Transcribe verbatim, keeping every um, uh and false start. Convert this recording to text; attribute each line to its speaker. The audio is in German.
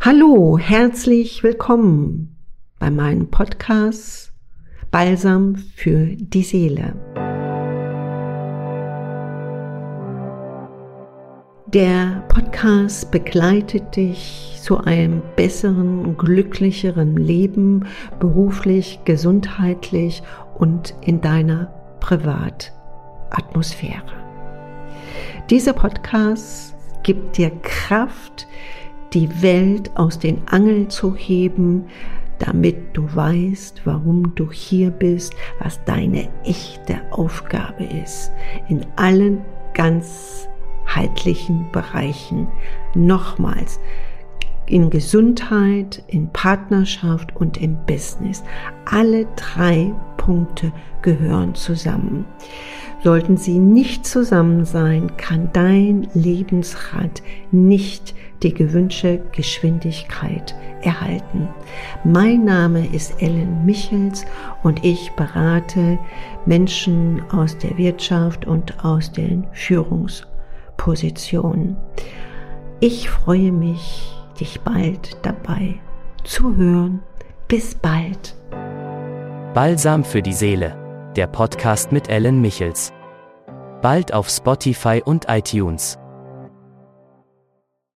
Speaker 1: Hallo, herzlich willkommen bei meinem Podcast Balsam für die Seele. Der Podcast begleitet dich zu einem besseren, glücklicheren Leben, beruflich, gesundheitlich und in deiner Privatatmosphäre. Dieser Podcast gibt dir Kraft, die Welt aus den Angeln zu heben, damit du weißt, warum du hier bist, was deine echte Aufgabe ist, in allen ganzheitlichen Bereichen. Nochmals, in Gesundheit, in Partnerschaft und im Business. Alle drei Punkte gehören zusammen. Sollten sie nicht zusammen sein, kann dein Lebensrad nicht die gewünschte Geschwindigkeit erhalten. Mein Name ist Ellen Michels und ich berate Menschen aus der Wirtschaft und aus den Führungspositionen. Ich freue mich, dich bald dabei zu hören. Bis bald.
Speaker 2: Balsam für die Seele, der Podcast mit Ellen Michels. Bald auf Spotify und iTunes.